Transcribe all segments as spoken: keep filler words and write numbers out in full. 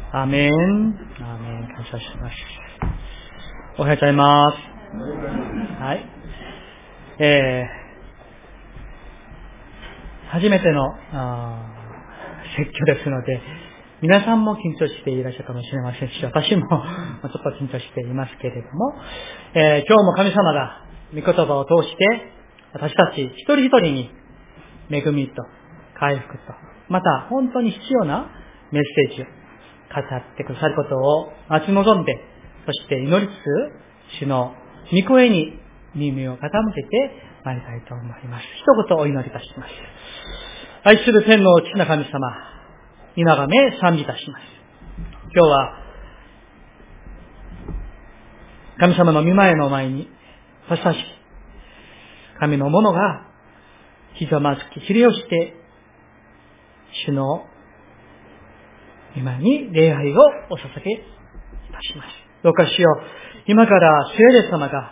アーメン。アーメン。感謝します。おはようございます。はい。えー、初めての説教ですので、皆さんも緊張していらっしゃるかもしれませんし、私もちょっと緊張していますけれども、えー、今日も神様が御言葉を通して、私たち一人一人に恵みと回復と、また本当に必要なメッセージを語ってくださることを待ち望んで、そして祈りつつ、主の御声に耳を傾けてまいりたいと思います。一言お祈りいたします。愛する天の父な神様、皆がめ賛美いたします。今日は神様の御前の前に私たち神の者がひざまずきひれをして主の御前に礼拝をお捧げいたします。どうかしよう、今から聖霊様が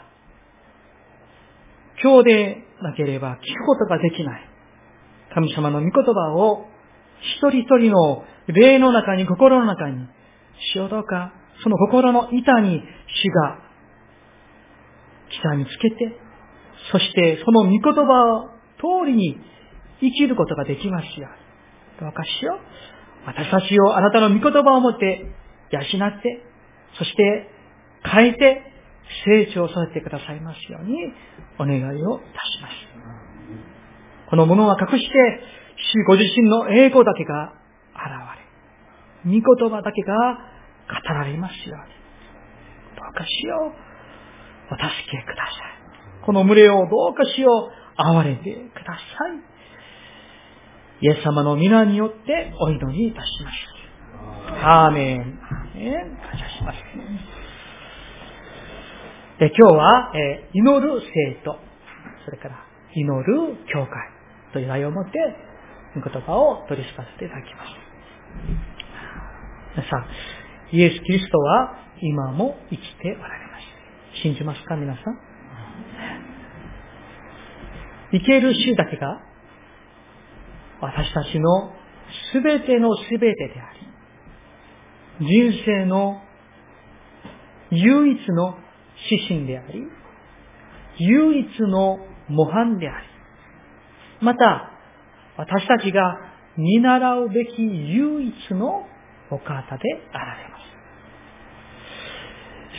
今日でなければ聞くことができない神様の御言葉を一人一人の霊の中に、心の中に、主よどうかその心の板に主が北につけて、そしてその御言葉通りに生きることができますように。どうかしよう、私たちをあなたの御言葉をもって養って、そして変えて成長させてくださいますようにお願いをいたします。このものは隠して主ご自身の栄光だけが現れ、御言葉だけが語られますように。どうかしよう、お助けください。この群れをどうかしよう、憐れんでください。イエス様の皆によってお祈りいたします。アーメン。感謝します。で今日は、えー、祈る生徒、それから祈る教会という題をもって御言葉を取り扱わせていただきます。皆さん、イエス・キリストは今も生きておられます。信じますか皆さん。生ける主だけが私たちのすべてのすべてであり、人生の唯一の指針であり、唯一の模範であり、また私たちが見習うべき唯一のお方であられます。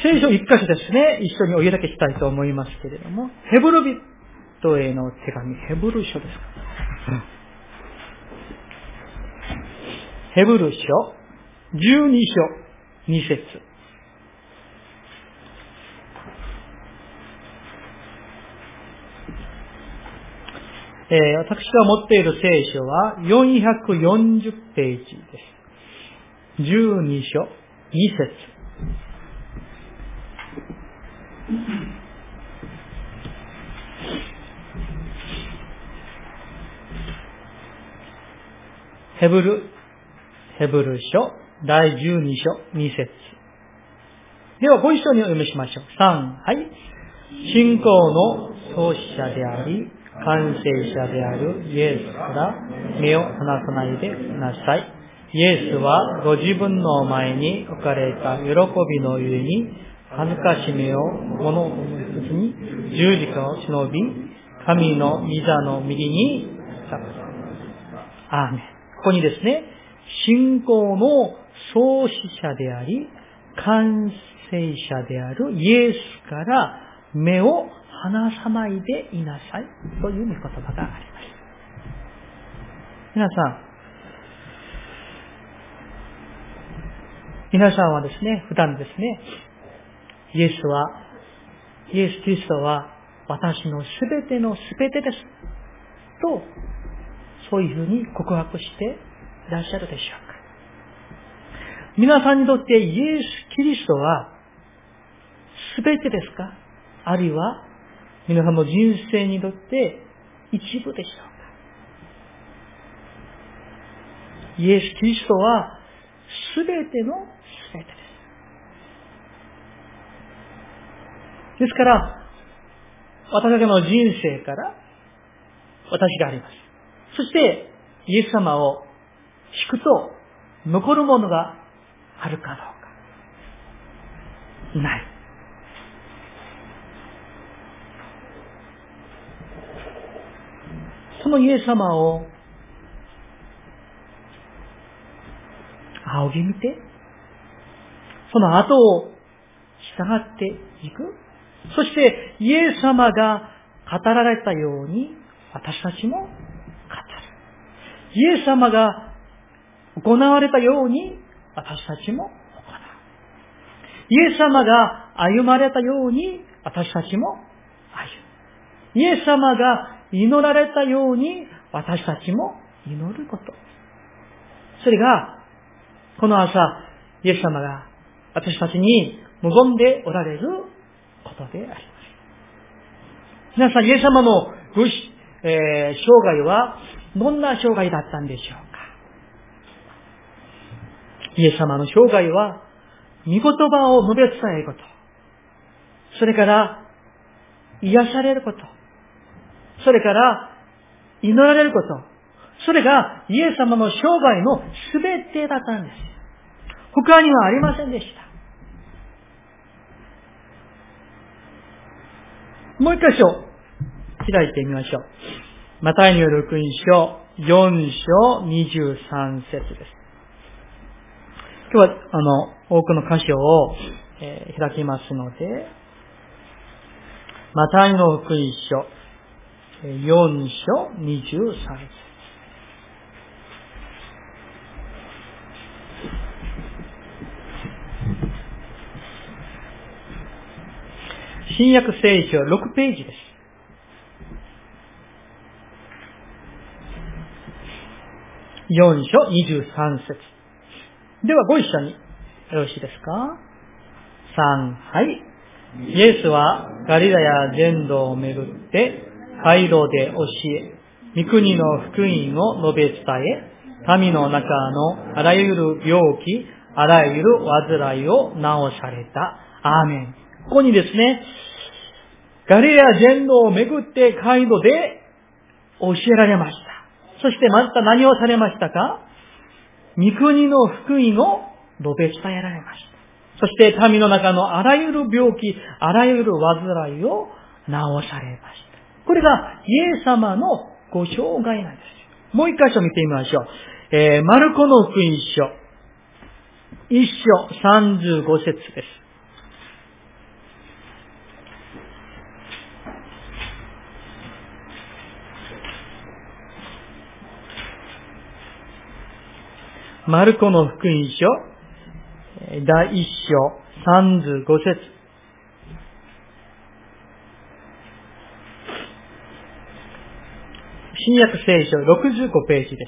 聖書一箇所ですね、一緒にお読みしたいと思いますけれども、ヘブル人への手紙、ヘブル書ですか。ヘブル書じゅうに章に節。えー、私が持っている聖書はよんひゃくよんじゅうページです。じゅうに章に節。ヘブルヘブル書第じゅうに章に節。ではご一緒にお読みしましょう。さん、はい。信仰の創始者であり完成者であるイエスから目を離さないでください。イエスはご自分の前に置かれた喜びのゆえに恥ずかしめをものともせずに十字架を忍び、神の御座の右に立った。アーメン。ここにですね、信仰の創始者であり完成者であるイエスから目を離さないでいなさいという御言葉があります。皆さん、皆さんはですね、普段ですね、イエスは、イエス・キリストは私のすべてのすべてですと、そういうふうに告白していらっしゃるでしょうか。皆さんにとってイエス・キリストはすべてですか、あるいは皆さんの人生にとって一部でしょうか。イエス・キリストはすべてのすべてです。ですから、私たちの人生から私があります。そして、イエス様を引くと残るものがあるかどうか。ない。そのイエス様を仰ぎ見て、その後を従っていく。そしてイエス様が語られたように私たちも語る。イエス様が行われたように私たちも行う。イエス様が歩まれたように私たちも歩む。イエス様が祈られたように私たちも祈ること。それがこの朝イエス様が私たちに望んでおられることであります。皆さん、イエス様のごし、えー、生涯はどんな生涯だったんでしょうか。イエス様の生涯は御言葉を述べ伝えること、それから癒されること、それから祈られること、それがイエス様の生涯のすべてだったんです。他にはありませんでした。もう一箇所開いてみましょう。マタイによる福音書よん章にじゅうさん節です。今日はあの多くの箇所を、えー、開きますので、マタイの福音書よん章にじゅうさん節。新約聖書ろくページです。よん章にじゅうさん節。ではご一緒によろしいですか。さん、はい。イエスはガリラヤ全土を巡って街道で教え、御国の福音を述べ伝え、民の中のあらゆる病気、あらゆる患いを治された。アーメン。ここにですね、ガリラヤ全土を巡って街道で教えられました。そしてまた何をされましたか。御国の福音を述べ伝えられました。そして民の中のあらゆる病気、あらゆる患いを治されました。これがイエス様のご生涯なんです。もう一箇所見てみましょう。えー、マルコの福音書一章さんじゅうご節です。マルコの福音書第一章さんじゅうご節。新約聖書ろくじゅうごページです。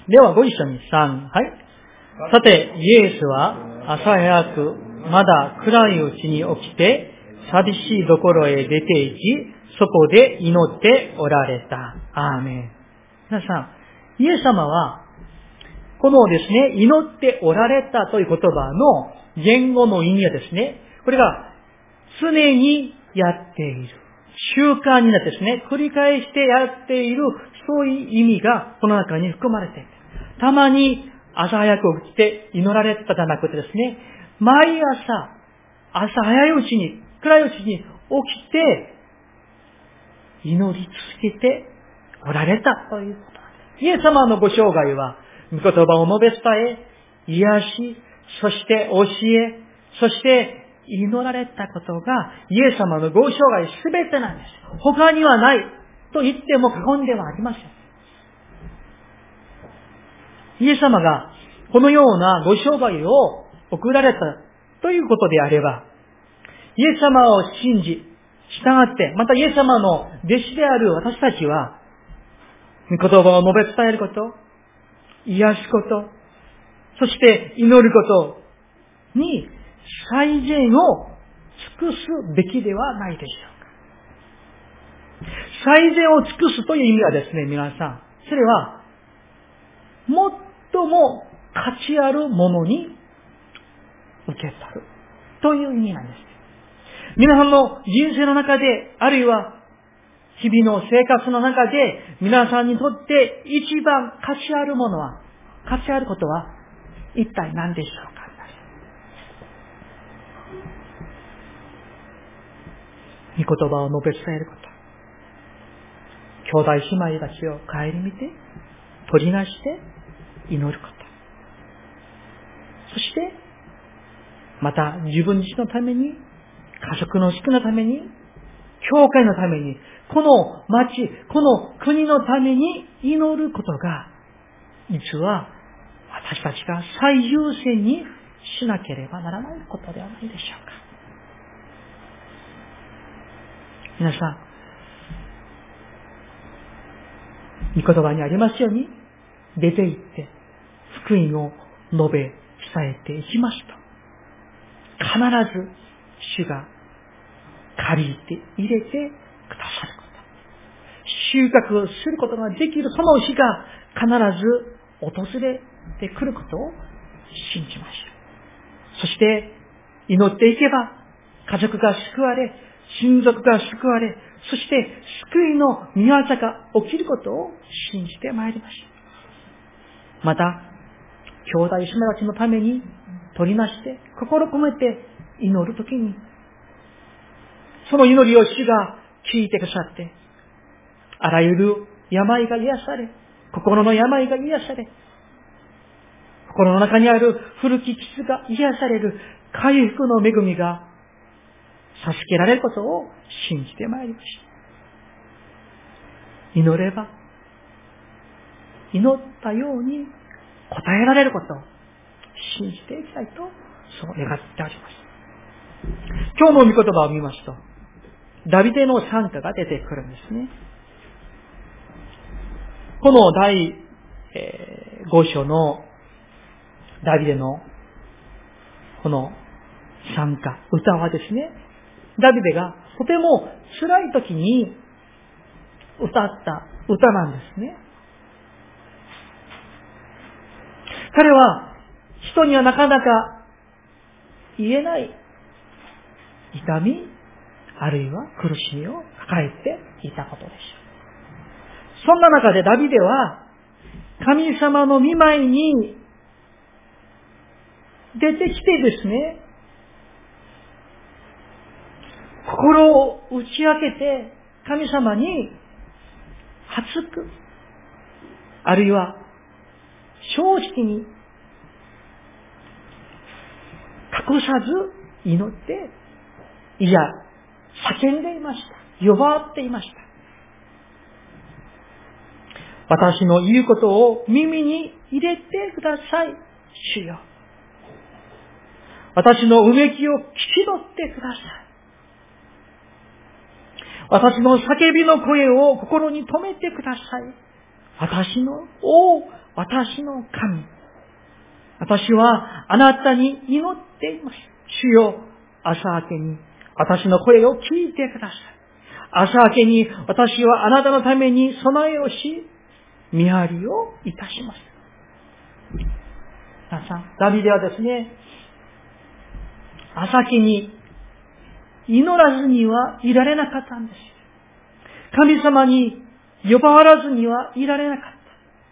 ではご一緒にさん、はい。さて、イエスは朝早くまだ暗いうちに起きて寂しいところへ出て行き、そこで祈っておられた。アーメン。皆さん、イエス様はこのですね、祈っておられたという言葉の言語の意味はですね、これが常にやっている。習慣になってですね、繰り返してやっている、そういう意味がこの中に含まれている。たまに朝早く起きて祈られたじゃなくてですね、毎朝、朝早いうちに、暗いうちに起きて、祈り続けておられたということなんです。イエス様のご生涯は、御言葉を述べ伝え、癒し、そして教え、そして祈られたことがイエス様のご生涯すべてなんです。他にはないと言っても過言ではありません。イエス様がこのようなご生涯を送られたということであれば、イエス様を信じ、従って、またイエス様の弟子である私たちは、御言葉を述べ伝えること、癒すこと、そして祈ることに最善を尽くすべきではないでしょうか。最善を尽くすという意味はですね、皆さん、それは最も価値あるものに受け取るという意味なんです。皆さんの人生の中で、あるいは日々の生活の中で、皆さんにとって一番価値あるものは、価値あることは、 一体何でしょうか。御言葉を述べ伝えること。兄弟姉妹たちを顧みて、取りなして祈ること。そして、また自分自身のために、家族の救いのために、教会のために、この町、この国のために祈ることが、実は私たちが最優先にしなければならないことではないでしょうか。皆さん、御言葉にありますように、出て行って福音を述べ伝えていきますと、必ず主が借りて入れてくださること、収穫をすることができるその日が必ず訪れてくることを信じましょう。そして祈っていけば家族が救われ、親族が救われ、そして救いの御業が起きることを信じてまいりましょう。また兄弟姉妹たちのために取りなして心込めて祈るときに、その祈りを主が聞いてくださって、あらゆる病が癒され、心の病が癒され、心の中にある古き傷が癒される回復の恵みが授けられることを信じてまいりました。祈れば、祈ったように答えられることを信じていきたいと、そう願っております。今日の御言葉を見ますと、ダビデの賛歌が出てくるんですね。この第五章のダビデのこの賛歌、歌はですね、ダビデがとても辛い時に歌った歌なんですね。彼は人にはなかなか言えない痛み、あるいは苦しみを抱えていたことでしょう。そんな中でダビデは神様の御前に出てきてですね、心を打ち明けて神様に熱く、あるいは正直に隠さず祈って、いや叫んでいました。呼ばわっていました。私の言うことを耳に入れてください、主よ。私のうめきを聞き取ってください。私の叫びの声を心に留めてください。私の王、私の神。私はあなたに祈っています。主よ、朝明けに私の声を聞いてください。朝明けに私はあなたのために備えをし、見張りをいたします。皆さん、ダビデはですね、朝明けに祈らずにはいられなかったんです。神様に呼ばわらずにはいられなかった。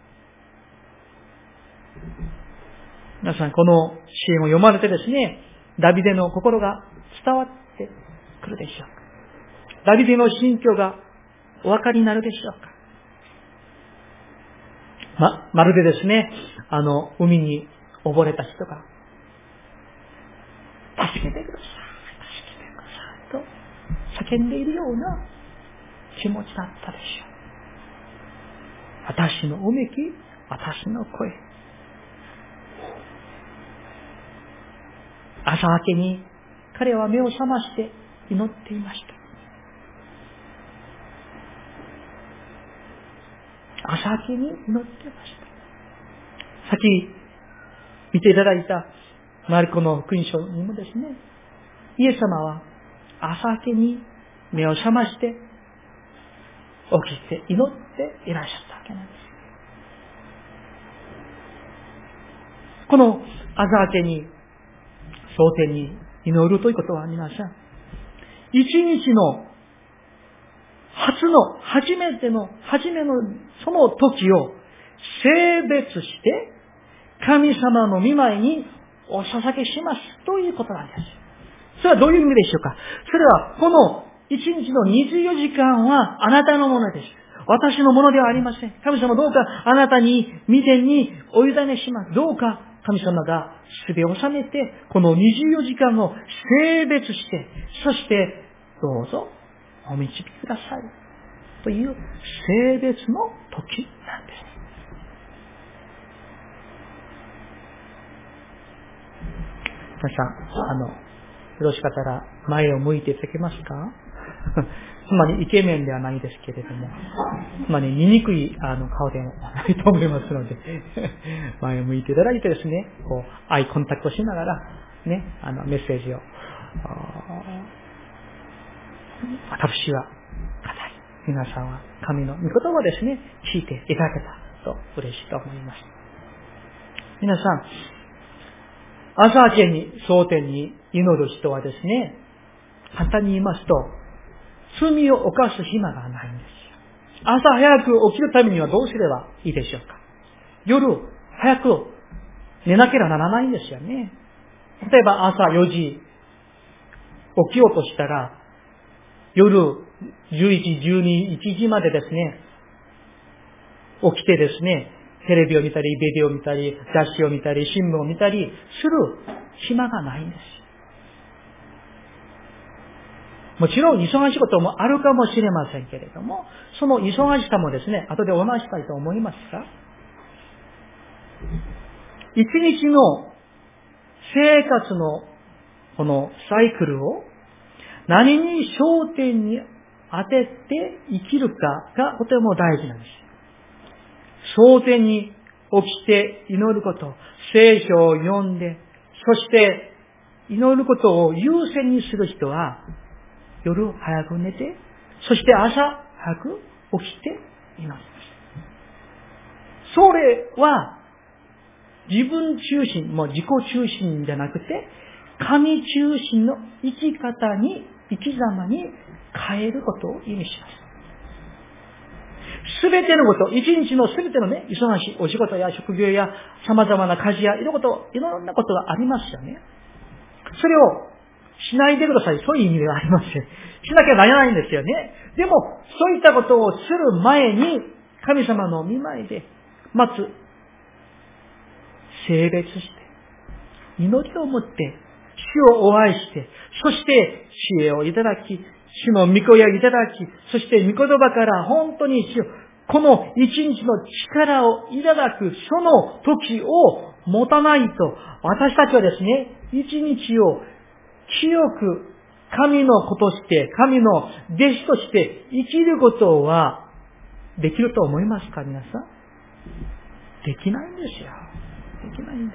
皆さん、この詩を読まれてですね、ダビデの心が伝わってくるでしょうか。ダビデの心境がお分かりになるでしょうか。ま、まるでですね、あの、海に溺れた人が、助けてください、助けてくださいと叫んでいるような気持ちだったでしょう。私のうめき、私の声。朝明けに彼は目を覚まして祈っていました。朝明けに祈っていました。さっき見ていただいたマルコの福音書にもですね、イエス様は朝明けに目を覚まして起きて祈っていらっしゃったわけなんです。この朝明けに蒼天に祈るということは、皆さん、一日の初の、初めての、初めのその時を性別して神様の御前にお捧げしますということなんです。それはどういう意味でしょうか。それはこの一日のにじゅうよじかんはあなたのものです。私のものではありません。神様どうかあなたに御前にお委ねします。どうか神様がすべを収めて、このにじゅうよじかんを性別して、そしてどうぞお導きくださいという性別の時なんです。皆さん、あの、よろしかったら前を向いていただけますか？つまりイケメンではないですけれども、つまり醜いあの顔ではないと思いますので、前を向いていただいてですね、こう、アイコンタクトしながら、ね、あの、メッセージを、私は語り、皆さんは神の御言葉をですね、聞いていただけたと嬉しいと思います。皆さん、朝明けに、蒼天に祈る人はですね、簡単に言いますと、罪を犯す暇がないんですよ。朝早く起きるためにはどうすればいいでしょうか。夜早く寝なければならないんですよね。例えば朝よじ起きようとしたら、夜じゅういち、じゅうに、いちじまでですね、起きてですね、テレビを見たり、ビデオを見たり、雑誌を見たり、新聞を見たりする暇がないんです。もちろん忙しいこともあるかもしれませんけれども、その忙しさもですね、後でお話したいと思いますが、一日の生活のこのサイクルを何に焦点に当てて生きるかがとても大事なんです。焦点に起きて祈ること、聖書を読んで、そして祈ることを優先にする人は、夜早く寝て、そして朝早く起きています。それは自分中心、もう自己中心じゃなくて、神中心の生き方に、生き様に変えることを意味します。すべてのこと、一日のすべてのね、忙しいお仕事や職業や様々な家事やいろんなこと、いろんなことがありますよね。それをしないでください。そういう意味ではありません。しなきゃならないんですよね。でも、そういったことをする前に、神様の御前で、まず、性別して、祈りを持って、主をお愛して、そして知恵をいただき、主の御声をいただき、そして御言葉から本当に主、この一日の力をいただく、その時を持たないと、私たちはですね、一日を清く神の子として、神の弟子として生きることはできると思いますか、皆さん？できないんですよ。できないんです。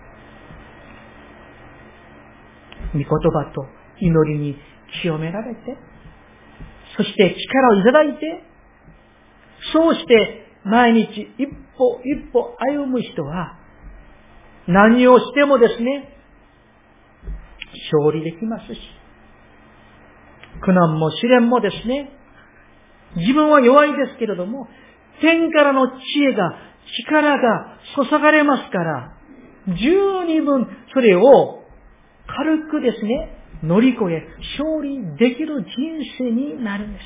御言葉と祈りに清められて、そして力をいただいて、そうして毎日一歩一歩歩む人は、何をしてもですね、勝利できますし、苦難も試練もですね、自分は弱いですけれども、天からの知恵が、力が注がれますから、十二分それを軽くですね、乗り越え、勝利できる人生になるんです。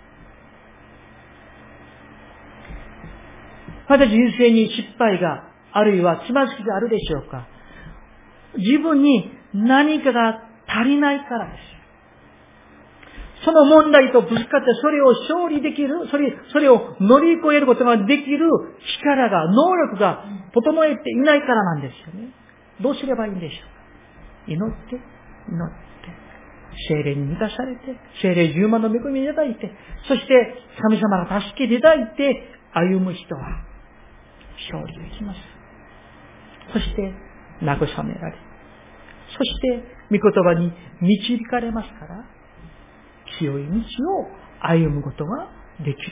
また人生に失敗が、あるいはつまずきがあるでしょうか。自分に何かが足りないからです。その問題とぶつかってそれを勝利できる、それ、それを乗り越えることができる力が、能力が整えていないからなんですよね。どうすればいいんでしょうか。祈って、祈って、聖霊に満たされて、聖霊十万の恵みをいただいて、そして神様が助けていただいて歩む人は勝利できます。そして慰められ、そして御言葉に導かれますから、清い道を歩むことができるでしょ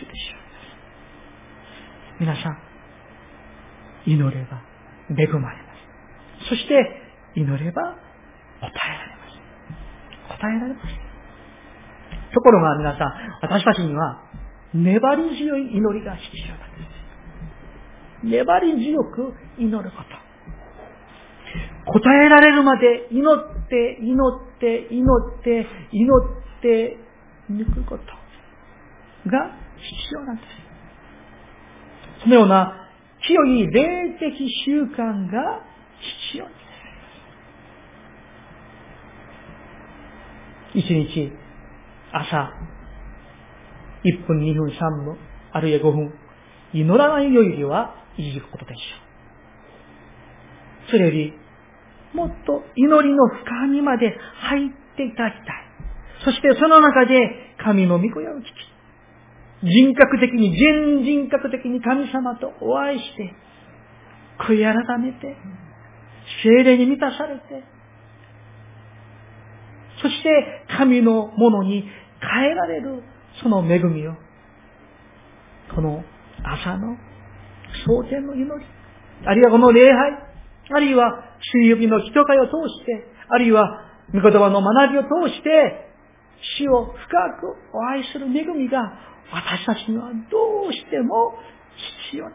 う。皆さん、祈れば恵まれます。そして祈れば答えられます。答えられます。ところが皆さん、私たちには粘り強い祈りが必要なんです。粘り強く祈ること。 答えられるまで祈って、祈って、祈って、祈って抜くことが必要なんです。そのような清い霊的習慣が必要です。一日、朝、いっぷん、にふん、さんぷん、あるいはごふん、祈らないよりはいいことでしょう。それより、もっと祈りの深みまで入っていただきたい。そしてその中で神の御声を聞き、人格的に、全人格的に神様とお会いして、悔い改めて、聖霊に満たされて、そして神のものに変えられるその恵みを、この朝の蒼天の祈り、あるいはこの礼拝、あるいは水曜日の祈祷会を通して、あるいは御言葉の学びを通して、主を深くお愛する恵みが私たちにはどうしても必要なんです。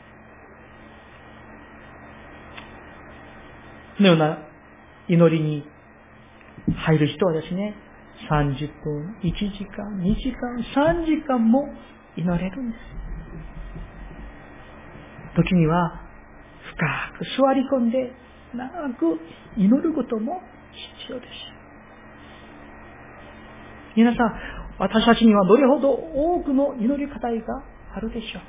このような祈りに入る人はですね、さんじゅっぷん、いちじかん、にじかん、さんじかんも祈れるんです。時には深く座り込んで長く祈ることも必要です。皆さん、私たちにはどれほど多くの祈り課題があるでしょうか。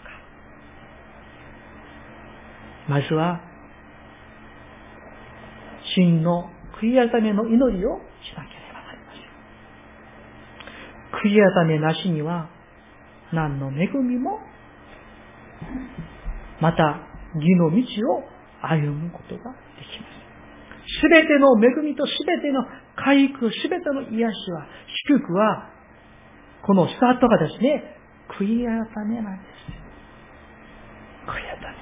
まずは真の悔い改めの祈りをしなければなりません。悔い改めなしには何の恵みも、また義の道を歩むことができます。すべての恵みとすべての回復、すべての癒しは、祝福は、このスタートがですね、悔い改めなんです。悔い改めなんです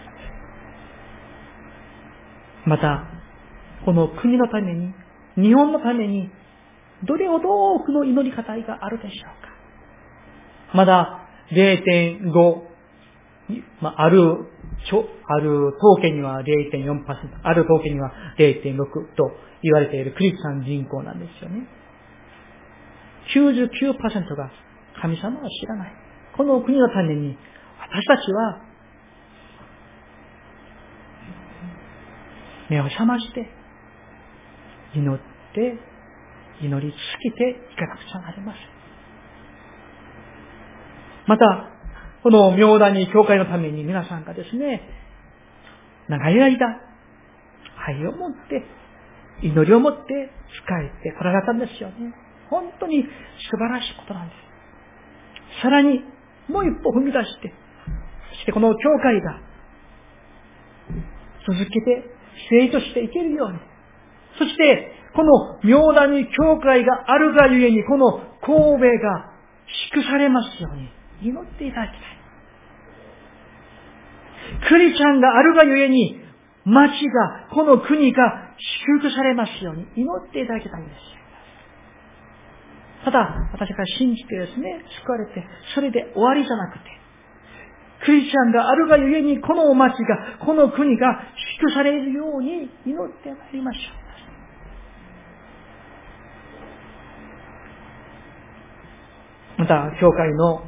。また、この国のために、日本のために、どれほど多くの祈り課題があるでしょうか。まだ れいてんご、まあ、ある、ある統計には れいてんよんパーセント、ある統計には れいてんろく と言われているクリスチャン人口なんですよね。きゅうじゅうきゅうパーセント が神様を知らない。この国のために私たちは目を覚まして祈って祈り続けていかなくちゃなりません。またこの妙谷教会のために皆さんがですね、長い間愛を持って祈りを持って仕えてこられたんですよね。本当に素晴らしいことなんです。さらにもう一歩踏み出して、そしてこの教会が続けて成長していけるように、そしてこの妙谷教会があるがゆえにこの神戸が祝されますように祈っていただきたい。クリスチャンがあるがゆえに町が、この国が祝福されますように祈っていただきたいんです。ただ、私が信じてですね、救われて、それで終わりじゃなくて、クリスチャンがあるがゆえにこの町が、この国が祝福されるように祈ってまいりましょう。また、教会の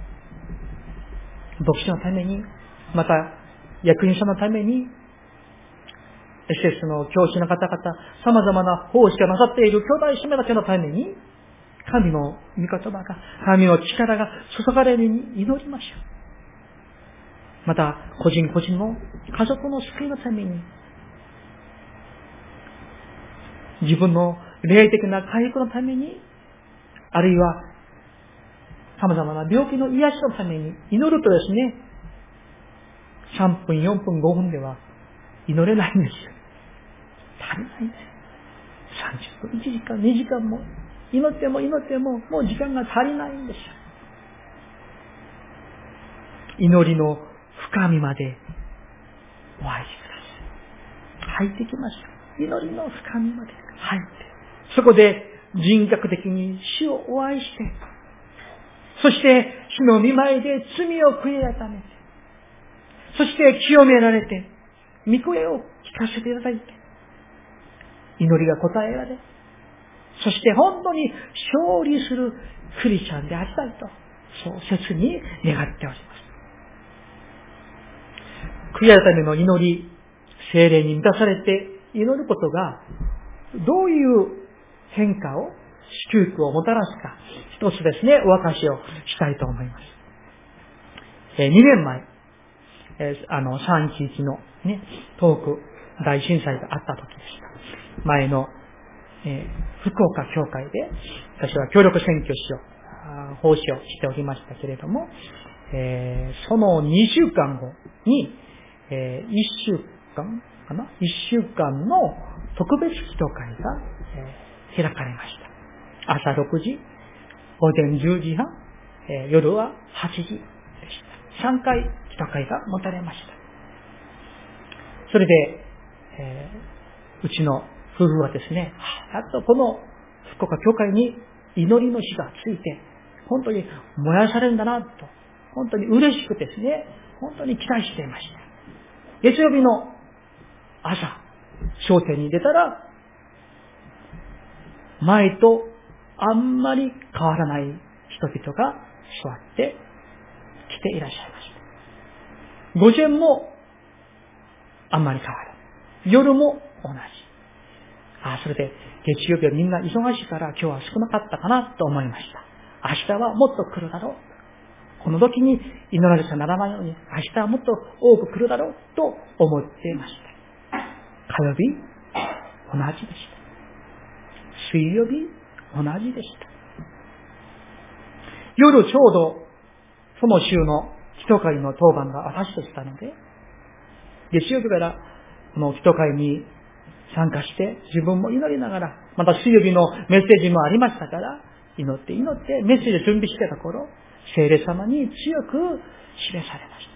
牧師のために、また、役員者のために、エスエス の教師の方々、様々な奉仕をなさっている兄弟姉妹たちのために、神の御言葉が、神の力が注がれるように祈りましょう。また、個人個人の家族の救いのために、自分の霊的な回復のために、あるいは、様々な病気の癒しのために祈るとですね、さんぷん、よんぷん、ごふんでは祈れないんですよ。足りないんです。さんじゅっぷん、いちじかん、にじかんも祈っても祈ってももう時間が足りないんですよ。祈りの深みまでお会いしてください。入ってきました。祈りの深みまで入って、そこで人格的に主をお会いして、そして主の御前で罪を悔い改めて、そして清められて、御声を聞かせていただいて、 祈りが答えられ、そして本当に勝利するクリスチャンでありたいと、そう切に願っております。悔い改めの祈り、聖霊に満たされて祈ることが、どういう変化を、祝福をもたらすか、一つですね、お明かしをしたいと思います。えー、にねんまえ、えー、あの、さんいちいちのね、東北大震災があった時でした。前の、えー、福岡教会で、私は協力選挙師を、奉仕をしておりましたけれども、えー、そのにしゅうかんごに、えー、いっしゅうかんかな ?いっしゅうかんの特別祈祷会が、えー、開かれました。朝ろくじ、午前じゅうじはん、えー、夜ははちじでした。さんかい祈祷会が持たれました。それで、えー、うちの夫婦はですね、やっとこの福岡教会に祈りの火がついて、本当に燃やされるんだなと、本当に嬉しくですね、本当に期待していました。月曜日の朝、商店に出たら、前とあんまり変わらない人々が座って来ていらっしゃいました。午前もあんまり変わらない。夜も同じ。あ、それで月曜日はみんな忙しいから今日は少なかったかなと思いました。明日はもっと来るだろう。この時に祈られてならないように、明日はもっと多く来るだろうと思っていました。火曜日、同じでした。水曜日、同じでした。夜ちょうど、その週の祈祷会の当番が私でしたので、月曜日からこの祈祷会に参加して、自分も祈りながら、また水曜日のメッセージもありましたから、祈って祈ってメッセージを準備してた頃、聖霊様に強く示されました。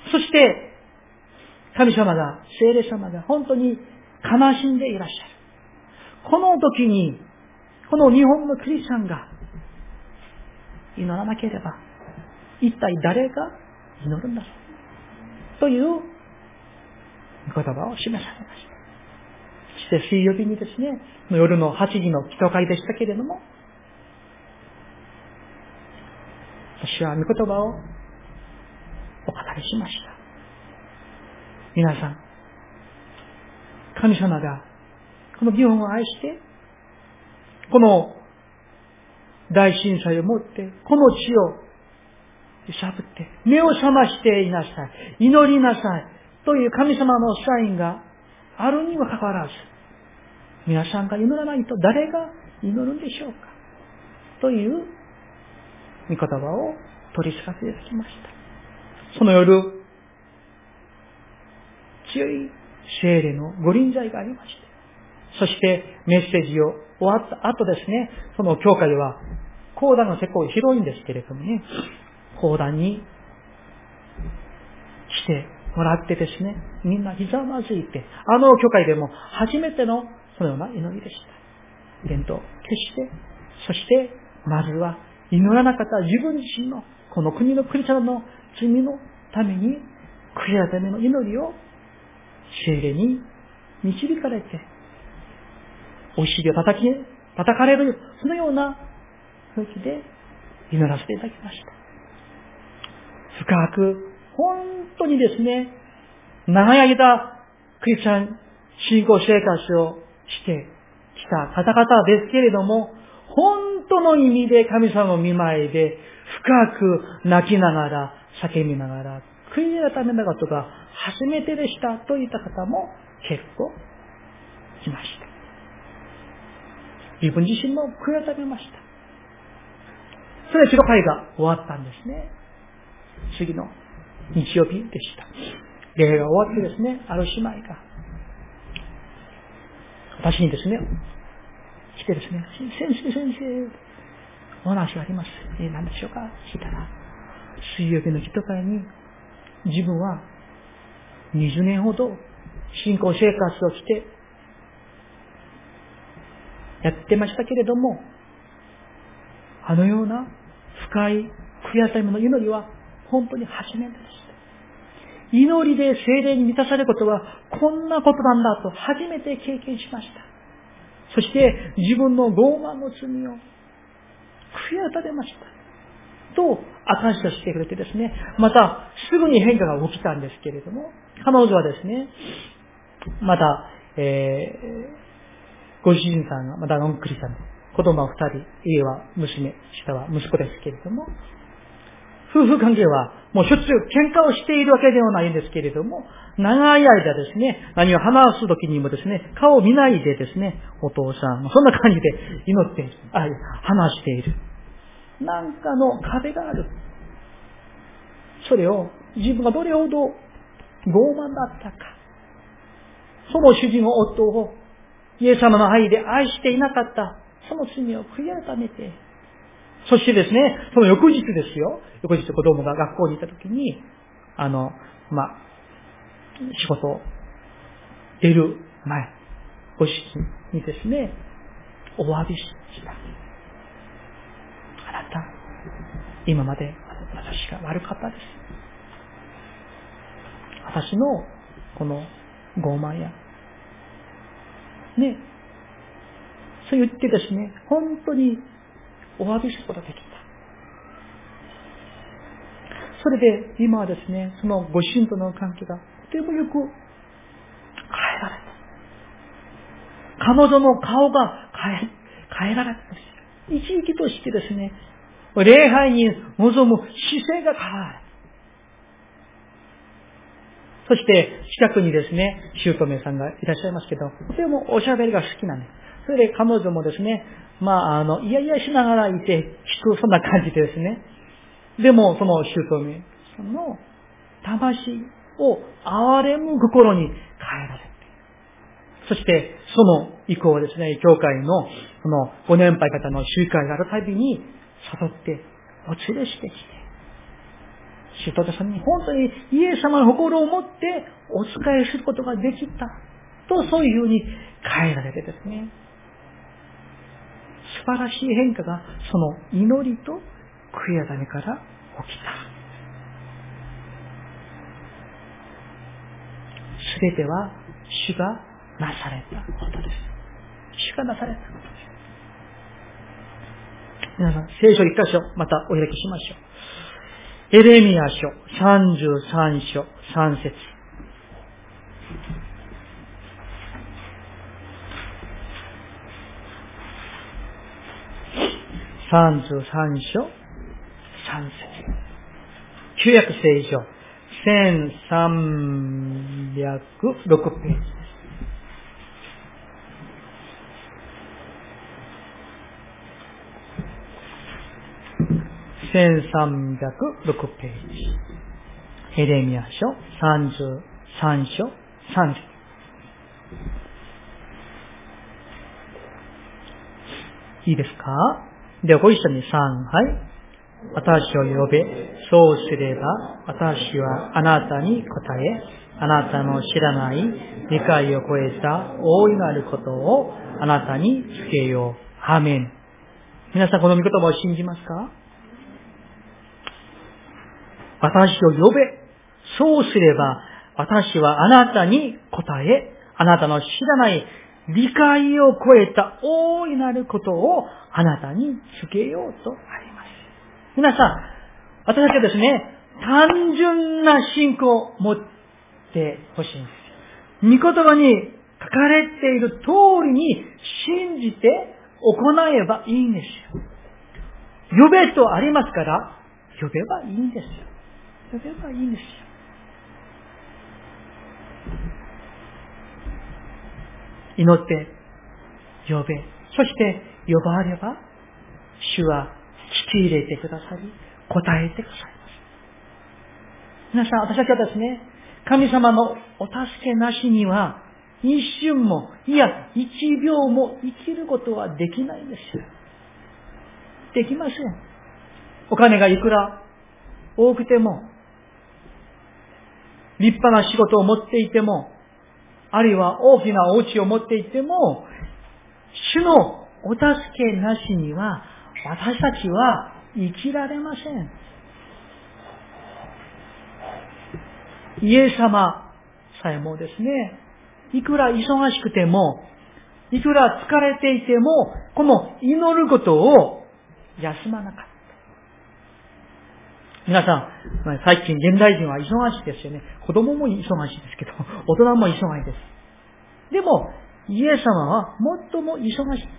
そして、神様が、聖霊様が本当に悲しんでいらっしゃる。この時に、この日本のクリスチャンが祈らなければ、一体誰が祈るんだろうという言葉を示されました。そして水曜日にですね、夜のはちじの祈祷会でしたけれども、私は御言葉をお語りしました。皆さん、神様がこの日本を愛して、この大震災をもって、この地を揺さぶって、目を覚ましていなさい、祈りなさい、という神様のサインがあるにもかかわらず、皆さんが祈らないと誰が祈るんでしょうか、という御言葉を取り付かせていただきました。その夜、強い聖霊のご臨在がありまして、そしてメッセージを終わった後ですね、その教会は講談が結構広いんですけれどもね、講談に来てもらってですね、みんなひざまずいて、あの教会でも初めてのそのような祈りでした。伝統を決して、そしてまずは祈らなかった自分自身のこの国のクリスチャンの罪のために、悔い改めの祈りを聖霊に導かれて、お尻を叩き、叩かれる、そのような雰囲気で祈らせていただきました。深く、本当にですね、長い間、クリスチャン信仰生活をしてきた方々ですけれども、本当の意味で神様の御前で深く泣きながら、叫びながら、悔い改めたことが初めてでしたといった方も結構いました。自分自身も悔い改めました。それで祈祷会が終わったんですね。次の日曜日でした。礼が終わってですね、ある姉妹が私にですね、来てですね、先生先生、お話があります。えー、何でしょうか聞いたら、水曜日の祈祷会に自分はにじゅうねんほど信仰生活をしてやってましたけれども、あのような深い悔い改めの祈りは本当に初めてでした。祈りで聖霊に満たされることはこんなことなんだと初めて経験しました。 そして自分の傲慢の罪を悔い改めました。と、明かしとしてくれてですね、また、すぐに変化が起きたんですけれども、彼女はですね、また、えー、ご主人さんが、またのんくりさん、子供は二人、家は娘、下は息子ですけれども、夫婦関係はもうしょっちゅう喧嘩をしているわけではないんですけれども、長い間ですね、何を話すときにもですね、顔を見ないでですね、お父さん、そんな感じで祈っている、あ、話している。なんかの壁がある。それを自分がどれほど傲慢だったか。その主人の夫をイエス様の愛で愛していなかった。その罪を悔い改めて。そしてですね、その翌日ですよ。翌日子供が学校に行った時に、あの、まあ、仕事を出る前、ご主人にですね、お詫びした。あなた、今まで私が悪かったです。私のこの傲慢や、ね、そう言ってですね、本当にお詫びすることができた。それで今はですね、そのご主人との関係がとてもよく変えられた。彼女の顔が変え、変えられたんですよ。生き生きとしてですね、礼拝に臨む姿勢が変わる。そして近くにですね、姑さんがいらっしゃいますけど、とてもおしゃべりが好きなんです。それで彼女もですね、まあ、あの、いやいやしながらいて、聞く、そんな感じでですね。でも、その姑さんの魂を憐れむ心に変えられて、そして、その以降ですね、教会の、その、ご年配方の集会があるたびに、誘って、お連れしてきて、姑さんに本当にイエス様の心を持ってお仕えすることができた。と、そういうふうに変えられてですね。素晴らしい変化が、その祈りと悔い改めから起きた。すべては主がなされたことです。主がなされたことです。皆さん、聖書一箇所、またお開きしましょう。エレミヤ書さんじゅうさん章さん節。さんじゅうさん章さん節。旧約聖書せんさんびゃくろくページです。せんさんびゃくろくページ。エレミヤ書さんじゅうさん章さん節。いいですか？ではご一緒にさん、はい。私を呼べ。そうすれば、私はあなたに答え、あなたの知らない理解を超えた大いなることをあなたにつけよう。アーメン。皆さんこの御言葉を信じますか？私を呼べ。そうすれば、私はあなたに答え、あなたの知らない理解を超えた大いなることをあなたにつけようとあります。皆さん、私たちはですね、単純な信仰を持ってほしいんです。御言葉に書かれている通りに信じて行えばいいんですよ。呼べとありますから、呼べばいいんですよ。呼べばいいんですよ。祈って、呼べ。そして、呼ばれば、主は聞き入れてくださり、答えてくださいます。皆さん、私たちはですね、神様のお助けなしには、一瞬も、いや、一秒も生きることはできないんですよ。できません。お金がいくら多くても、立派な仕事を持っていても、あるいは大きなお家を持っていても、主のお助けなしには、私たちは生きられません。イエス様さえもですね、いくら忙しくても、 いくら疲れていても、この祈ることを休まなかった。皆さん、最近現代人は忙しいですよね。子供も忙しいですけど、大人も忙しいです。でも、イエス様は最も忙しかったんですよ。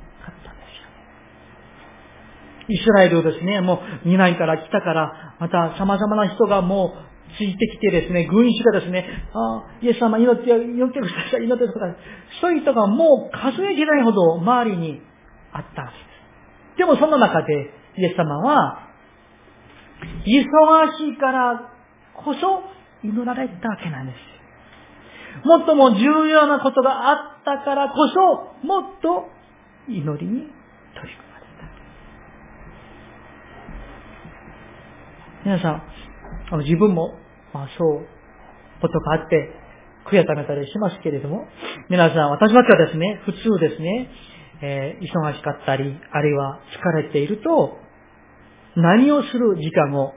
イスラエルをですね、もう南から北から、また様々な人がもうついてきてですね、軍師がですね、あイエス様祈って、祈ってください、祈ってください。そういう人がもう数えきれないほど周りにあったんです。でもその中でイエス様は、忙しいからこそ祈られたわけなんです。最も重要なことがあったからこそ、もっと祈りに取り組まれた。皆さん、あの自分も、まあそう、ことがあって、悔やためたりしますけれども、皆さん、私たちはですね、普通ですね、えー、忙しかったり、あるいは疲れていると、何をする時間を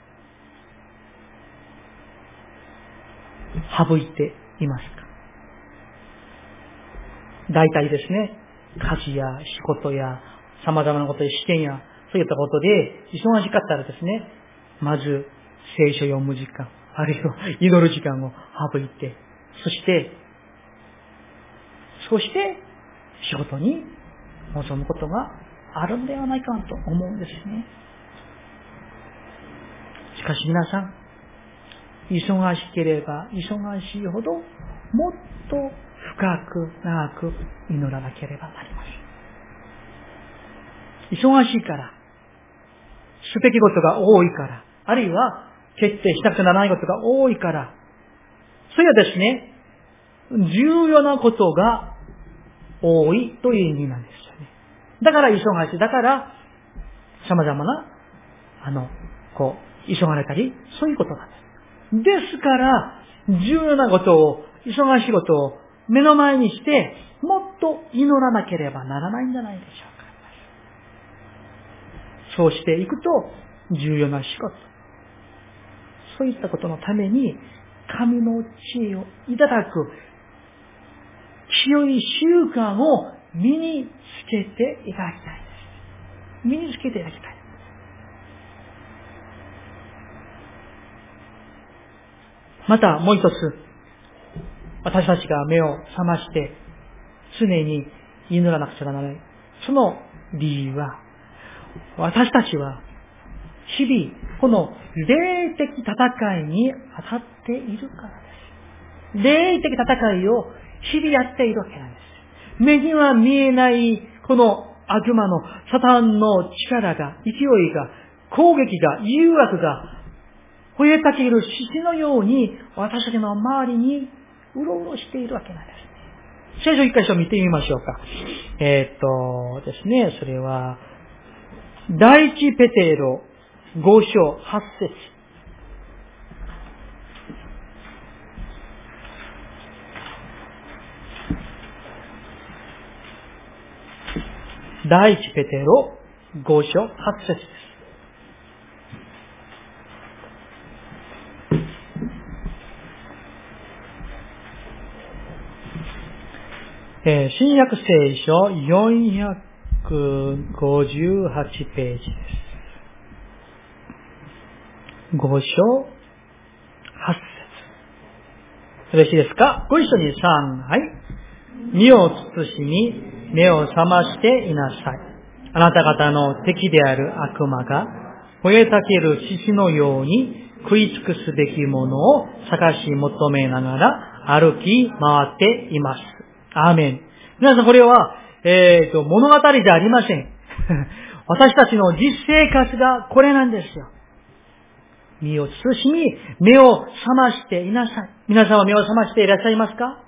省いていますか？大体ですね、家事や仕事や様々なことで試験やそういったことで忙しかったらですね、まず聖書読む時間、あるいは祈る時間を省いて、そして、そして仕事に臨むことがあるんではないかなと思うんですね。しかし皆さん、忙しければ忙しいほどもっと深く長く祈らなければなりません。忙しいから、すべきことが多いから、あるいは決定しなくてならないことが多いから、それはですね、重要なことが多いという意味なんですよね。だから忙しい。だから、様々な、あの、こう、急がれたり、そういうことなんです。ですから、重要なことを、忙しいことを目の前にして、もっと祈らなければならないんじゃないでしょうか。そうしていくと、重要な仕事、そういったことのために、神の知恵をいただく、清い習慣を身につけていただきたいです。身につけていただきたい。またもう一つ、私たちが目を覚まして常に祈らなくちゃならない。その理由は、私たちは日々この霊的戦いに当たっているからです。霊的戦いを日々やっているわけなんです。目には見えないこの悪魔のサタンの力が、勢いが、攻撃が、誘惑が増えたける獅子のように私たちの周りにうろうろしているわけなんですね。聖書一箇所見てみましょうか。えー、っとですね、それは第一ペテロ五章八節。第一ペテロ五章八節です。えー、新約聖書よんひゃくごじゅうはちページです。ご章はち節。よろしいですか？ご一緒にさん、はい。身を慎み、目を覚ましていなさい。あなた方の敵である悪魔が、吠えたける獅子のように食い尽くすべきものを探し求めながら歩き回っています。アーメン。皆さんこれは、えーと、物語でありません。私たちの実生活がこれなんですよ。身を慎み、目を覚ましていなさい。皆さんは目を覚ましていらっしゃいますか？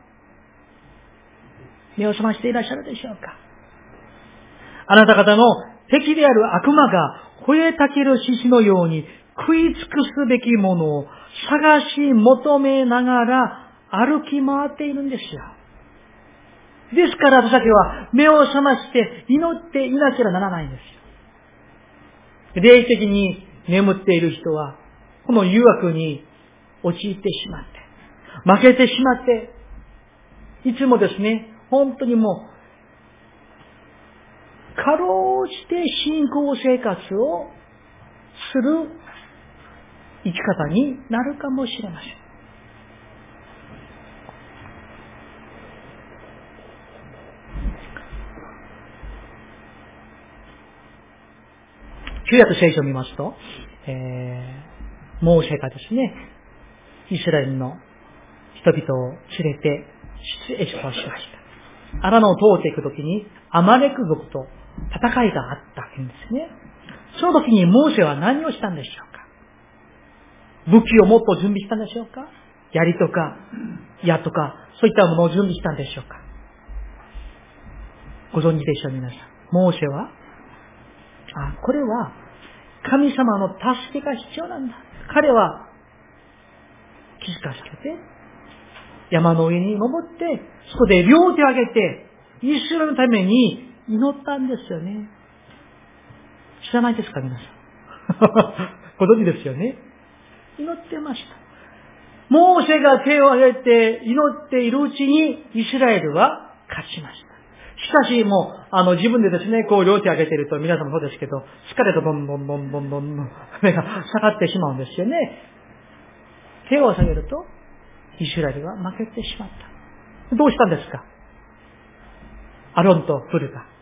目を覚ましていらっしゃるでしょうか？あなた方の敵である悪魔が吠えたける獅子のように食い尽くすべきものを探し求めながら歩き回っているんですよ。ですから私たちは目を覚まして祈っていなければならないんですよ。霊的に眠っている人はこの誘惑に陥ってしまって、負けてしまって、いつもですね、本当にもかろうじて信仰生活をする生き方になるかもしれません。旧約聖書を見ますと、えー、モーセがですね、イスラエルの人々を連れて出エジプトをしました。アラノを通っていくときに、アマレク族と戦いがあったわけですね。その時にモーセは何をしたんでしょうか。武器をもっと準備したんでしょうか。槍とか矢とかそういったものを準備したんでしょうか。ご存知でしょう皆さん。モーセはあ、これは神様の助けが必要なんだ。彼は気づかせて山の上に登って、そこで両手を上げてイスラエルのために祈ったんですよね。知らないですか皆さん。ご存知ですよね。祈ってました。モーセが手を挙げて祈っているうちにイスラエルは勝ちました。しかしもう、あの自分でですね、こう両手を挙げていると皆さんもそうですけど、疲れとどんどんどんどんどんどん目が下がってしまうんですよね。手を下げるとイスラエルは負けてしまった。どうしたんですか。アロンとフルが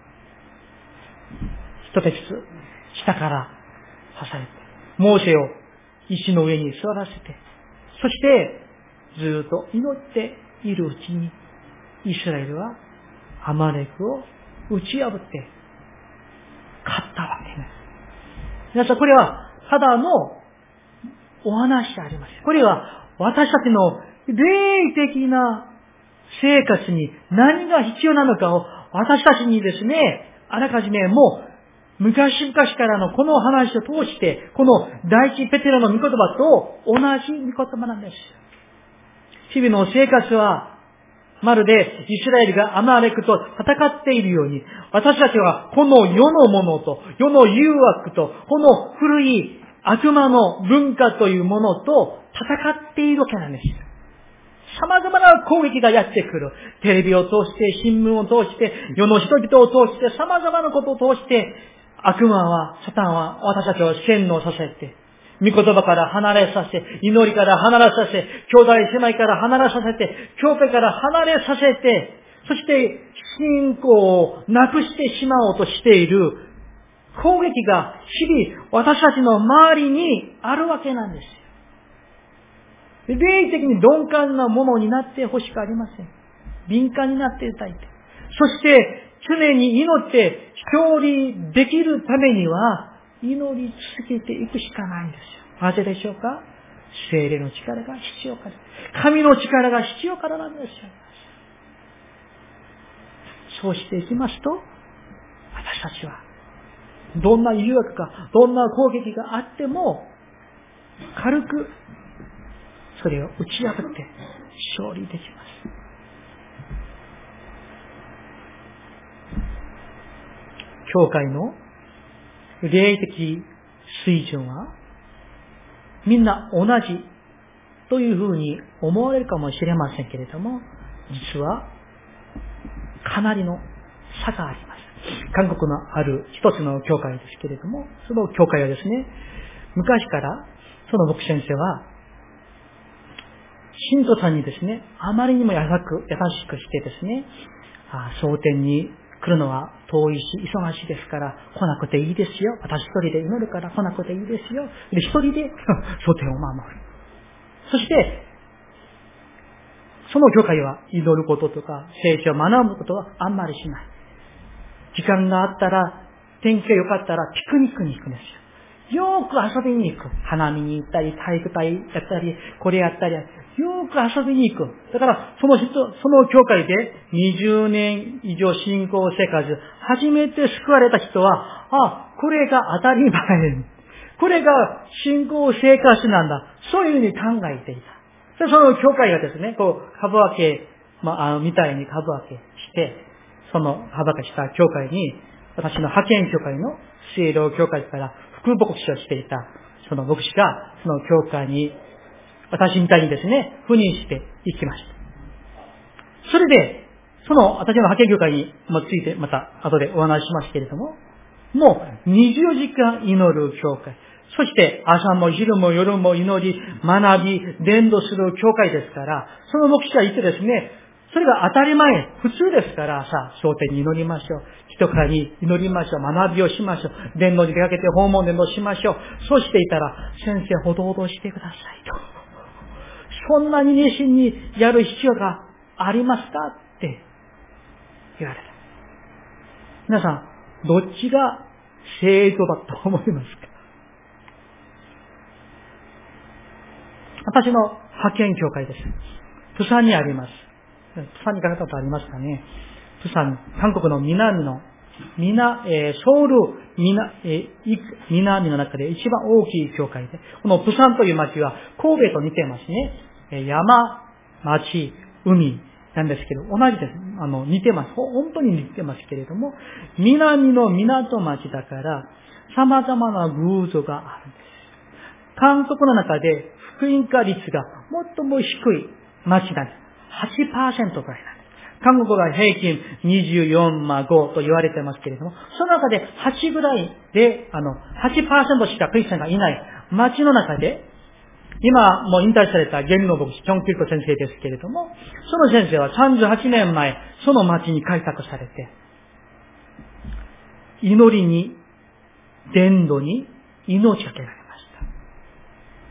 一手ずつ下から支えて、モーセを石の上に座らせて、そしてずっと祈っているうちにイスラエルはアマレクを打ち破って勝ったわけです。皆さん、これはただのお話であります。これは私たちの霊的な生活に何が必要なのかを私たちにですね、あらかじめもう昔々からのこの話を通して、この第一ペテロの御言葉と同じ御言葉なんです。日々の生活はまるでイスラエルがアマレクと戦っているように、私たちはこの世のものと、世の誘惑と、この古い悪魔の文化というものと戦っているわけなんです。様々な攻撃がやってくる。テレビを通して、新聞を通して、世の人々を通して、様々なことを通して、悪魔は、サタンは私たちを洗脳させて、御言葉から離れさせ、祈りから離れさせ、兄弟姉妹から離れさせて、教会から離れさせて、そして信仰をなくしてしまおうとしている攻撃が日々私たちの周りにあるわけなんですよ。霊的に鈍感なものになってほしくありません。敏感になっていただいて。そして常に祈って勝利できるためには祈り続けていくしかないんですよ。なぜでしょうか。聖霊の力が必要から。神の力が必要からなんですよ。そうしていきますと、私たちはどんな誘惑か、どんな攻撃があっても軽くそれを打ち破って勝利できます。教会の霊的水準はみんな同じというふうに思われるかもしれませんけれども、実はかなりの差があります。韓国のある一つの教会ですけれども、その教会はですね、昔からその牧師先生は信徒さんにですね、あまりにも優しく、優しくしてですね、あ蒼天に来るのは遠いし忙しいですから来なくていいですよ。私一人で祈るから来なくていいですよ。で、一人で蒼天を守る。そして、その教会は祈ることとか聖書を学ぶことはあんまりしない。時間があったら、天気が良かったらピクニックに行くんですよ。よーく遊びに行く。花見に行ったり、体育祭やったり、これやったり、よーく遊びに行く。だからその人、その教会でにじゅうねん以上信仰生活、初めて救われた人は、あ、これが当たり前。これが信仰生活なんだ。そういうふうに考えていた。で、その教会がですね、こう、株分け、まあ、あの、みたいに株分けして、その株分けした教会に、私の派遣教会の水道教会から副牧師をしていた、その牧師が、その教会に、私みたいにですね、赴任していきました。それで、 その私の派遣業界にもついてまた後でお話ししますけれども、もうにじゅうよじかん祈る教会。そして朝も昼も夜も祈り、学び、伝道する教会ですから、その牧師がいてですね、それが当たり前、普通ですから、さあ、商店に祈りましょう。人からに祈りましょう。学びをしましょう。伝道に出かけて訪問伝道しましょう。そうしていたら、先生ほどほどしてくださいと。そんなに熱心にやる必要がありますかって言われた。皆さん、どっちが正当だと思いますか？私の派遣教会です。プサンにあります。プサンに行かれたことありますかね？プサン、韓国の南の、南、えー、ソウル、南、えー、南の中で一番大きい教会で、このプサンという町は神戸と似てますね。えー、山、町、海なんですけど、同じです。あの、似てます。本当に似てますけれども、南の港町だから、様々な偶像があるんです。韓国の中で福音化率が最も低い町なんです。はちパーセントくらいなんです。韓国が平均にじゅうよんまあごと言われてますけれども、その中ではちぐらいで、あの、はちパーセントしかクリスチャンがいない町の中で、今もう引退されたゲンノ牧師、チョンキルコ先生ですけれども、その先生はさんじゅうはちねんまえ、その町に開拓されて、祈りに、伝道に命かけられました。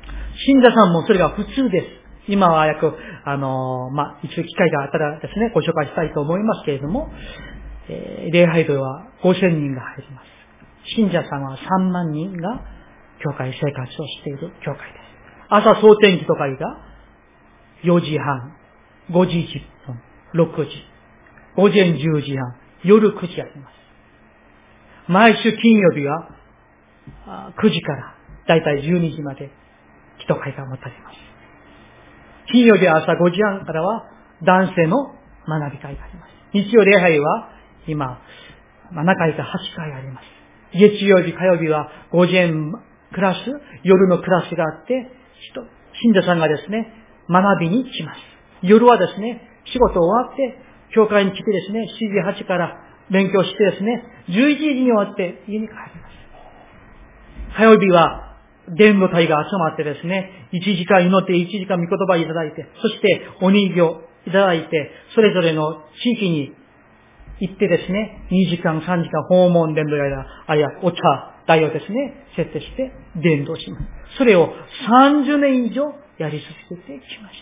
信者さんもそれが普通です。今は約、あのー、まあ、一応機会があったらですね、ご紹介したいと思いますけれども、えー、礼拝堂はごせんにんが入ります。信者さんはさんまんにんが教会生活をしている教会です。朝総天気と会がよじはん、ごじいっぷん、ろくじ、午前じゅうじはん、夜くじあります。毎週金曜日はくじからだいたいじゅうにじまで一会が持たれます。金曜日は朝ごじはんからは男性の学び会があります。日曜礼拝は今ななかいかはちかいあります。月曜日、火曜日は午前クラス、夜のクラスがあって、信者さんがですね、学びに来ます。夜はですね、仕事終わって、教会に来てですね、しちじ、はちから勉強してですね、じゅういちじに終わって家に帰ります。火曜日は、伝道隊が集まってですね、いちじかん祈っていちじかん御言葉いただいて、そしてお人形いただいて、それぞれの地域に行ってですね、にじかん、さんじかん訪問伝道や、あるいはお茶代をですね、設定して伝道します。それをさんじゅうねん以上やり続けてきました。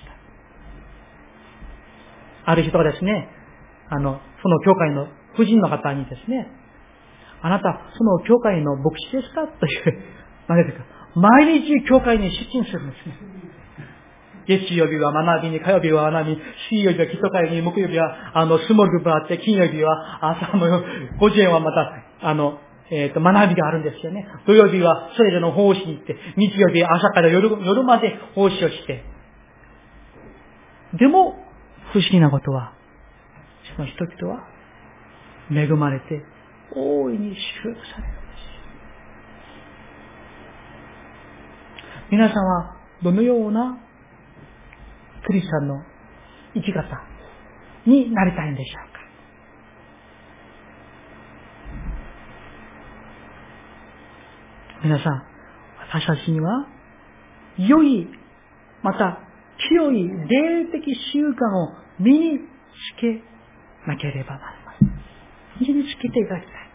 ある人がですね、あの、その教会の夫人の方にですね、あなた、その教会の牧師ですかという、何ですか、毎日教会に出勤するんですね。月曜日は学びに、火曜日は学び、水曜日は基礎会に、木曜日は、あの、スモール部があって、金曜日は朝のごじはまた、あの、えっと、学びがあるんですよね。土曜日はそれぞれの奉仕に行って、日曜日は朝から夜、夜まで奉仕をして。でも、不思議なことは、その人々は、恵まれて、大いに祝福されるんです。皆さんは、どのようなクリスチャンの生き方になりたいんでしょうか。皆さん、私たちには良い、また清い霊的習慣を身につけなければなりません。身につけていただきたい。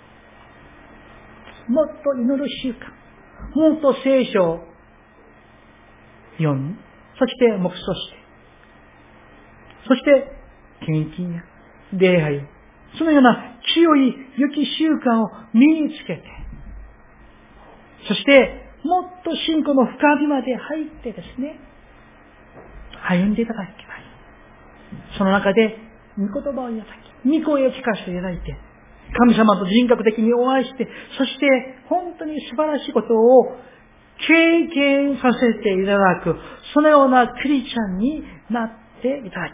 もっと祈る習慣、もっと聖書を読む。そして黙想して、そして献金や礼拝、そのような清い良き習慣を身につけて、そしてもっと信仰の深みまで入ってですね、歩んでいただきたい。その中で御言葉をいただき、御声を聞かせていただいて、神様と人格的にお会いして、そして本当に素晴らしいことを経験させていただく、そのようなクリスチャンになっていただきたいです。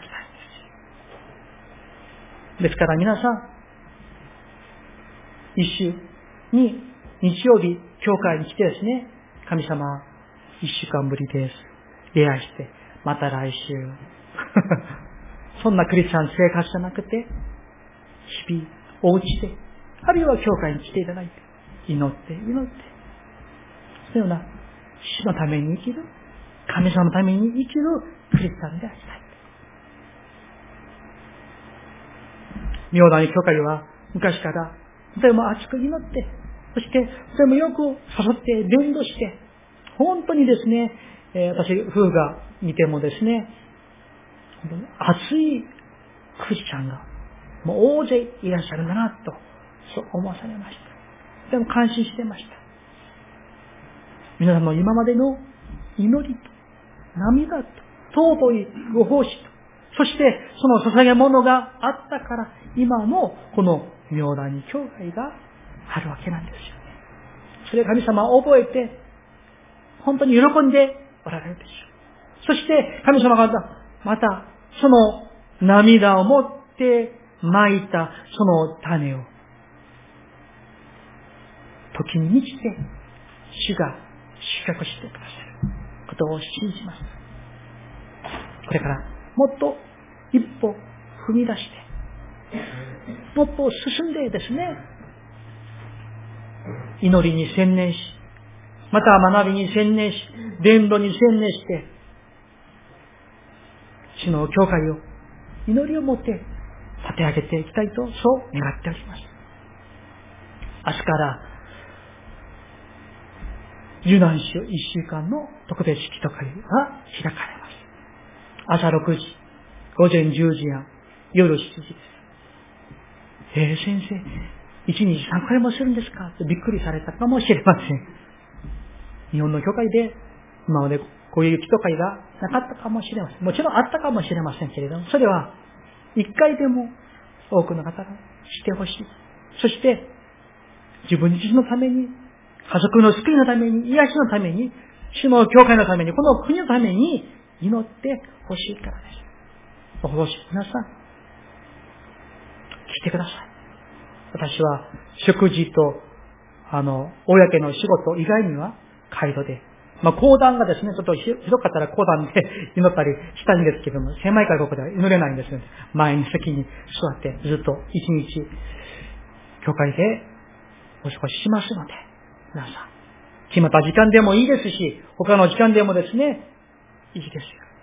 ですから皆さん、一週に日曜日、教会に来てですね、神様、一週間ぶりです。礼拝して、また来週。 そんなクリスチャン生活じゃなくて、日々、お家で、あるいは教会に来ていただいて、祈って、祈って、そのような、主のために生きる、神様のために生きるクリスチャンでありたい。妙な教会は昔からとても熱く祈って、そしてとてもよく誘って伝道して、本当にですね、えー、私、夫婦が見てもですね、熱いクリスチャンがもう大勢いらっしゃるんだなと、そう思わされました。でも感心してました。皆さんの今までの祈りと涙と尊いご奉仕と、そしてその捧げ物があったから今のこの妙な教会があるわけなんですよね。それ神様を覚えて本当に喜んでおられるでしょう。そして神様がまたその涙を持って蒔いたその種を時に満ちて主が収穫してくださることを信じます。これからもっと一歩踏み出してもっと進んでですね、祈りに専念し、また学びに専念し、伝道に専念して、主の教会を祈りを持って立て上げていきたいと、そう願っております。明日から受難週一週間の特別式と会が開かれます。朝ろくじ、午前じゅうじや夜しちじです。えー、先生、一日三回もするんですかってびっくりされたかもしれません。日本の教会で今までこういう祈祷会がなかったかもしれません。もちろんあったかもしれませんけれども、それは一回でも多くの方がしてほしい。そして自分自身のために、家族の救いのために、癒しのために、主の教会のために、この国のために祈ってほしいからです。お話皆さん、来てください。私は食事と、あの、公の仕事以外には、街道で、まあ、講談がですね、ちょっとひどかったら講談で祈ったりしたいんですけども、狭いからここでは祈れないんですね。前に席に座ってずっと一日、教会でお過ごししますので、皆さん、決まった時間でもいいですし、他の時間でもですね、いいですよ。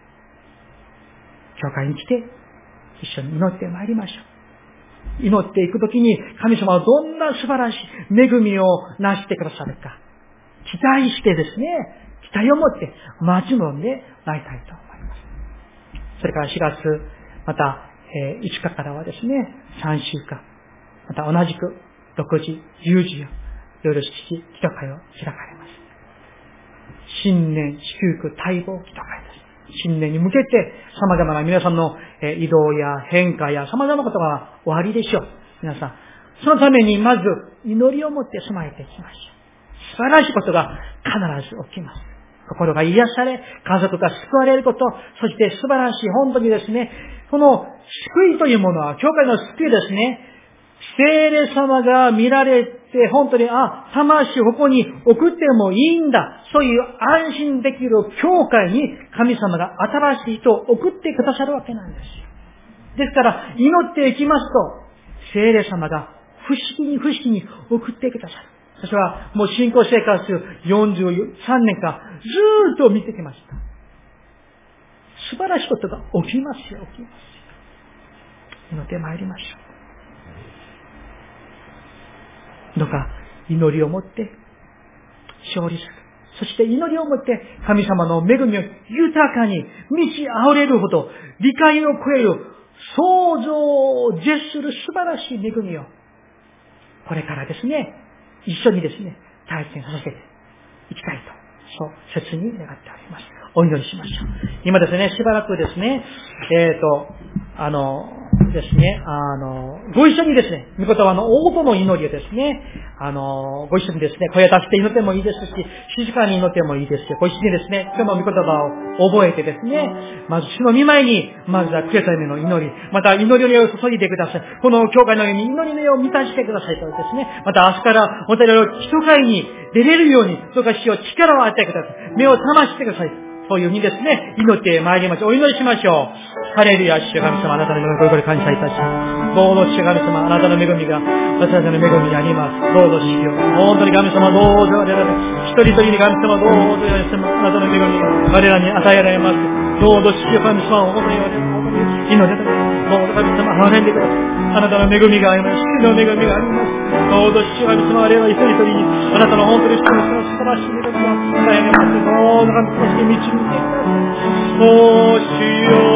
教会に来て、一緒に祈ってまいりましょう。祈っていくときに、神様はどんな素晴らしい恵みをなしてくださるか、期待してですね、期待を持って待ち望んでまいりたいと思います。それからしがつ、また、えー、いつかからはですね、さんしゅうかん、また同じくろくじ、じゅうじや夜しちじ、祈祷会を開かれます。新年祝福待望祈祷会です。新年に向けて様々な皆さんの移動や変化や様々なことがおありでしょう。皆さん、そのためにまず祈りを持って備えていきましょう。素晴らしいことが必ず起きます。心が癒され、家族が救われること、そして素晴らしい、本当にですね、この救いというものは、教会の救いですね、聖霊様が見られて、本当に、あ、魂をここに送ってもいいんだ。そういう安心できる教会に神様が新しい人を送ってくださるわけなんですよ。ですから、祈っていきますと、聖霊様が不思議に不思議に送ってくださる。私はもう信仰生活よんじゅうさんねんかんずーっと見てきました。素晴らしいことが起きますよ、起きますよ。祈ってまいりましょう。どうか祈りを持って勝利する。そして祈りを持って神様の恵みを豊かに満ち溢れるほど理解を超える想像を絶する素晴らしい恵みをこれからですね、一緒にですね、体験させていきたいと、そう切に願っております。お祈りしましょう。今ですね、しばらくですね、えっと、あの、ですね、あの、ご一緒にですね、御言葉の応募の祈りをですね、あの、ご一緒にですね、声を出して祈ってもいいですし、静かに祈ってもいいですし、ご一緒にですね、今日の御言葉を覚えてですね、まず主の御前に、まずは悔い改めの祈り、また祈りの霊を注いでください。この教会のように祈りの霊を満たしてくださいとですね、また明日からお互いを基礎会に出れるように、どうか主を力を与えてください。目を覚ましてください。 そういうふうにですね、祈ってまいりましょう。お祈りしましょう。ハレルヤ、主神様、あなたの恵みをこれから感謝いたします。どうぞ主神様、あなたの恵みが、私たちの恵みにあります。どうぞ主よ。本当に神様、どうぞ我々、一人一人に神様、どうぞ神様、あなたの恵みが我らに与えられます。どうぞ主よ、神様、本当に我々、本当に祈っていただきます。どうぞ神様、憐れんでください。あなたの恵みがあります。主の恵みがあります。どうぞ主神様、我々は一人一人に、あなたの本当に主の素晴らしい恵みが与えられます。どうぞ神様、そして導いてください。おー、主よ、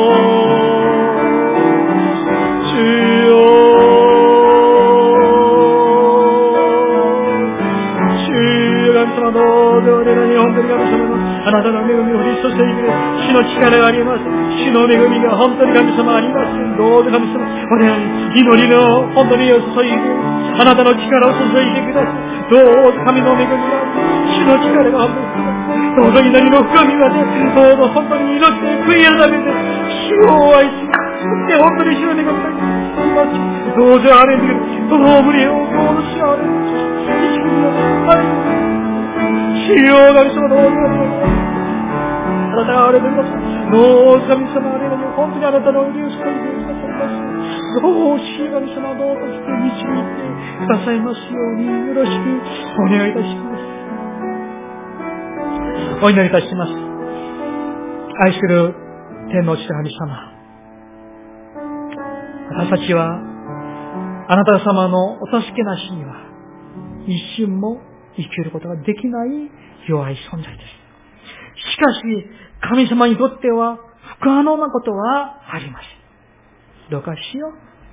主よ、主よ、神様、どうぞ我らに本当に神様のあなたの恵みを降り注いで、主の力があります。主の恵みが本当に神様あります。どうぞ神様、我らに祈りの本当にを注いで、あなたの力を注いでください。どうぞ神の恵みがあり、主の力が本当にどうぞ祈りの深みまで、どうぞ本当に祈って悔い改めて、主を愛し、そして本当に主の恵みがあります。どうぞあれに、どのぶりを、どうぞ主をあれに、意識をあれに、主よ、神様どうぞあなたがあれでください。どうぞ神様あれに、本当にあなたの腕を注いでくださいます。どう主神様どうぞして導いてくださいますように、よろしくお願いいたします。お祈りいたします。愛する天の父神様、私たちはあなた様のお助けなしには一瞬も生きることができない弱い存在です。しかし神様にとっては不可能なことはありません。どうかしよ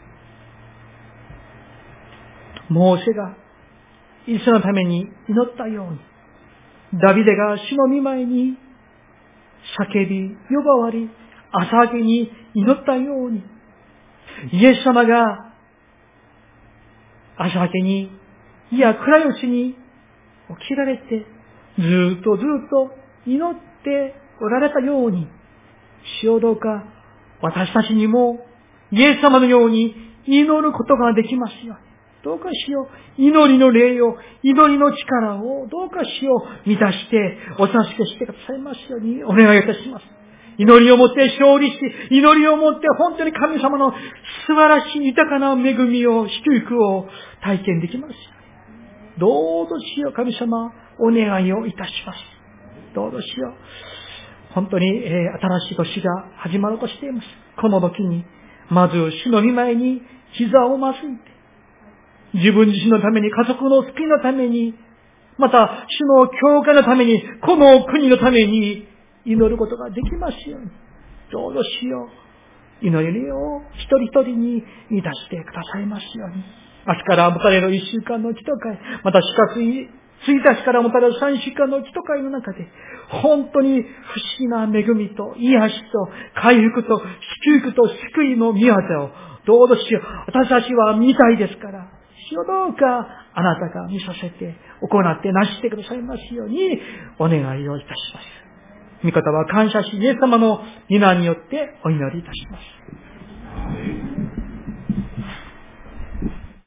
う。モーセがイスラエルのために祈ったように、ダビデが主の御前に叫び、呼ばわり、朝明けに祈ったように、イエス様が朝明けに、いや暗いうちに起きられて、ずーっとずーっと祈っておられたように、主よどうか私たちにもイエス様のように祈ることができますように。どうかしよう、祈りの霊を、祈りの力を、どうかしよう、満たして、お助けしてくださいますように、お願いいたします。祈りをもって勝利し、祈りをもって本当に神様の素晴らしい豊かな恵みを、祝福を体験できますように。どうぞしよう、神様、お願いをいたします。どうぞしよう。本当に、えー、新しい年が始まろうとしています。この時に、まず主の御前に膝をまずいて、自分自身のために、家族の救いのために、また主の教会のために、この国のために祈ることができますように。どうぞしよう。祈りを一人一人に満たしてくださいますように。明日から持たれる一週間の祈祷会、また四角いついたちから持たれる三週間の祈祷会の中で、本当に不思議な恵みと癒しと回復と祝福と救いの御業を、どうぞしよう。私たちは見たいですから、主よどうかあなたが見させて行ってなしてくださいますようにお願いをいたします。御方は感謝し、イエス様の皆によってお祈りいたします。